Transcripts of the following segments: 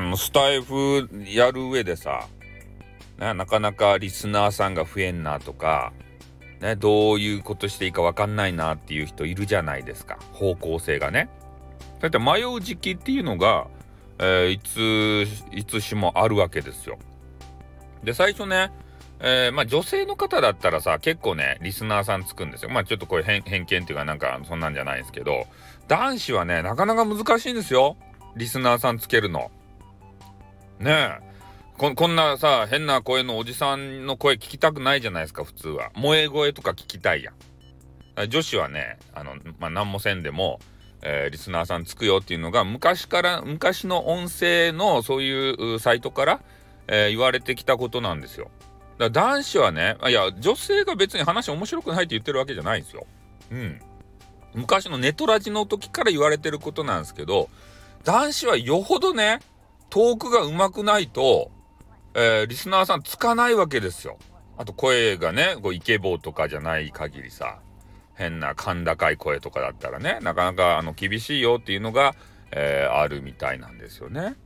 スタイフやる上でさ、ね、なかなかリスナーさんが増えんなとか、ね、どういうことしていいか分かんないなっていう人いるじゃないですか。方向性がね。だって迷う時期っていうのが、いつしもあるわけですよ。で、最初ね、女性の方だったらさ、結構ね、リスナーさんつくんですよ。ちょっとこれ偏見っていうかなんかそんなんじゃないんですけど、男子はね、なかなか難しいんですよ。リスナーさんつけるの。ねえ。こんなさ、変な声のおじさんの声聞きたくないじゃないですか、普通は。萌え声とか聞きたいやん。女子はね、何もせんでも、リスナーさんつくよっていうのが、昔の音声のそういうサイトから、言われてきたことなんですよ。だから男子はね、女性が別に話面白くないって言ってるわけじゃないんですよ。うん。昔のネトラジの時から言われてることなんですけど、男子はよほどね、トークが上手くないと、リスナーさんつかないわけですよ。あと声がね、イケボーとかじゃない限りさ、変な甲高い声とかだったらね、なかなか厳しいよっていうのが、あるみたいなんですよね。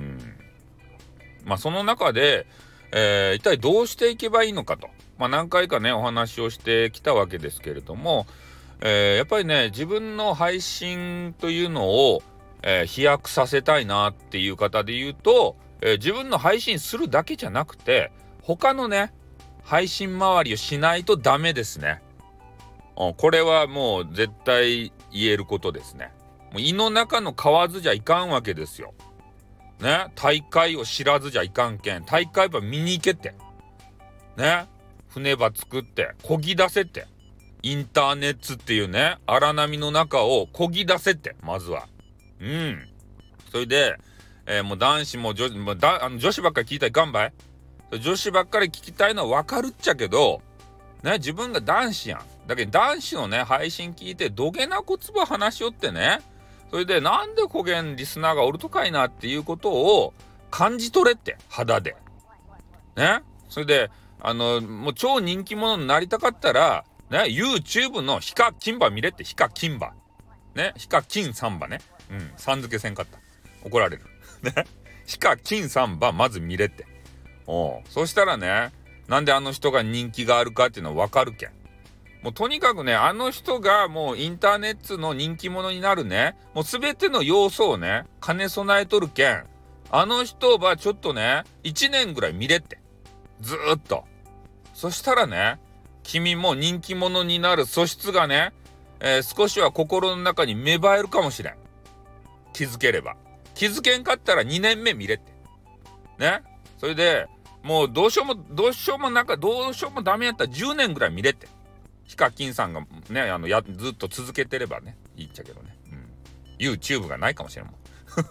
その中で、一体どうしていけばいいのかと、何回かねお話をしてきたわけですけれども、やっぱりね自分の配信というのを、飛躍させたいなっていう方で言うと、自分の配信するだけじゃなくて他のね配信周りをしないとダメですね。これはもう絶対言えることですね。もう胃の中の蛙じゃいかんわけですよ。ね、大会を知らずじゃいかんけん、大会ば見に行けって。ね、船ば作って、漕ぎ出せって。インターネットっていうね、荒波の中を漕ぎ出せって、まずは。それで、もう男子も女子も女子ばっかり聞いたらいかんばい。女子ばっかり聞きたいのはわかるっちゃけど、ね、自分が男子やん。だけど男子のね、配信聞いて、どげなこつば話しよってね、それでなんでこげんリスナーがおるとかいなっていうことを感じ取れって、肌で。ね。それで、もう超人気者になりたかったら、ね、YouTube のヒカキンバ見れって、ヒカキンバ。ね、ヒカキンサンバね。さん付けせんかった。怒られる。ね。ヒカキンサンバまず見れって。そしたらね、なんであの人が人気があるかっていうのはわかるけん。もうとにかくね、あの人がもうインターネットの人気者になるね、もうすべての要素をね、兼ね備えとるけん、あの人はちょっとね、1年ぐらい見れって。ずーっと。そしたらね、君も人気者になる素質がね、少しは心の中に芽生えるかもしれん。気づければ。気づけんかったら2年目見れって。ね。それで、もうどうしようもダメやったら10年ぐらい見れって。ヒカキンさんがね、ずっと続けてればね、いいっちゃけどね。YouTube がないかもしれんも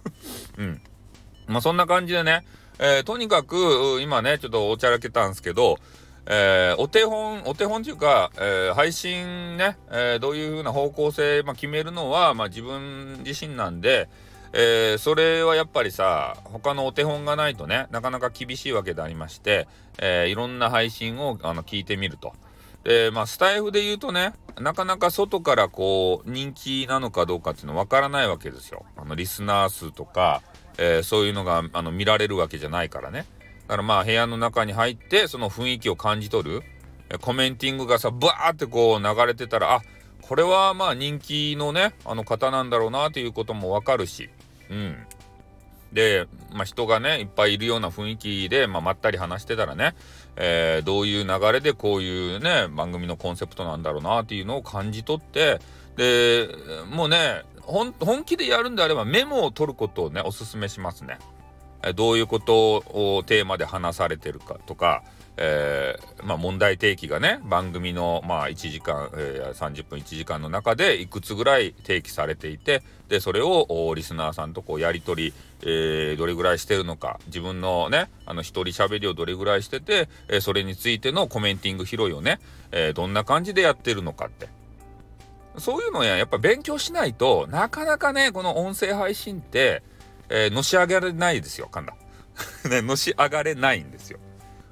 ん。そんな感じでね、とにかく、今ね、ちょっとおちゃらけたんですけど、お手本っていうか、配信ね、どういう風な方向性、決めるのは、自分自身なんで、それはやっぱりさ、他のお手本がないとね、なかなか厳しいわけでありまして、いろんな配信を聞いてみると。で、スタイフで言うとね、なかなか外からこう、人気なのかどうかっていうのわからないわけですよ。リスナー数とか、そういうのが、見られるわけじゃないからね。だから部屋の中に入って、その雰囲気を感じ取る。コメンティングがさ、ブワーってこう流れてたら、これは人気のね、方なんだろうなっていうこともわかるし、で、人がねいっぱいいるような雰囲気で、まったり話してたらね、どういう流れでこういうね番組のコンセプトなんだろうなっていうのを感じ取って、でもうね本気でやるんであればメモを取ることをねおすすめしますね。どういうことをテーマで話されてるかとか、問題提起がね番組の1時間、30分1時間の中でいくつぐらい提起されていて、でそれをリスナーさんとこうやり取り、どれぐらいしてるのか、自分のね一人喋りをどれぐらいしてて、それについてのコメンティング拾いをね、どんな感じでやってるのかって、そういうのやっぱ勉強しないとなかなかねこの音声配信ってのし上がれないですよ、神田。ね、のし上がれないんですよ。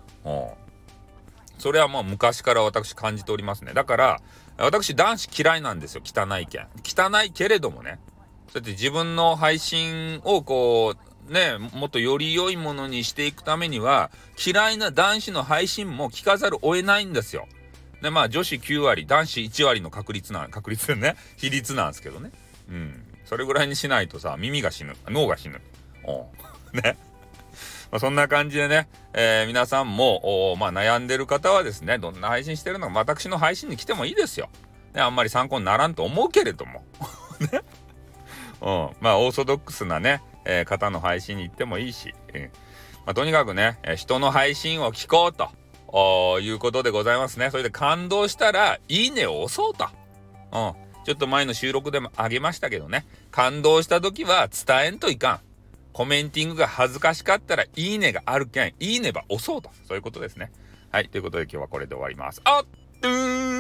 それはもう昔から私感じておりますね。だから、私男子嫌いなんですよ、汚いけん。汚いけれどもね。だって自分の配信をこう、 ね、もっとより良いものにしていくためには、嫌いな男子の配信も聞かざるを得ないんですよ。で、まあ女子9割、男子1割の確率でね、比率なんですけどね。うん。それぐらいにしないとさ、耳が死ぬ、脳が死ぬ。ね。まあ、そんな感じでね、皆さんも、まあ悩んでる方はですね、どんな配信してるのか、私の配信に来てもいいですよ。ね、あんまり参考にならんと思うけれども。ね。まあオーソドックスなね、方の配信に行ってもいいし、まあ、とにかくね、人の配信を聞こうということでございますね。それで感動したらいいねを押そうと。ちょっと前の収録でもあげましたけどね、感動した時は伝えんといかん。コメンティングが恥ずかしかったらいいねがあるけん、いいねば押そうと。そういうことですね。はい、ということで今日はこれで終わります。あっ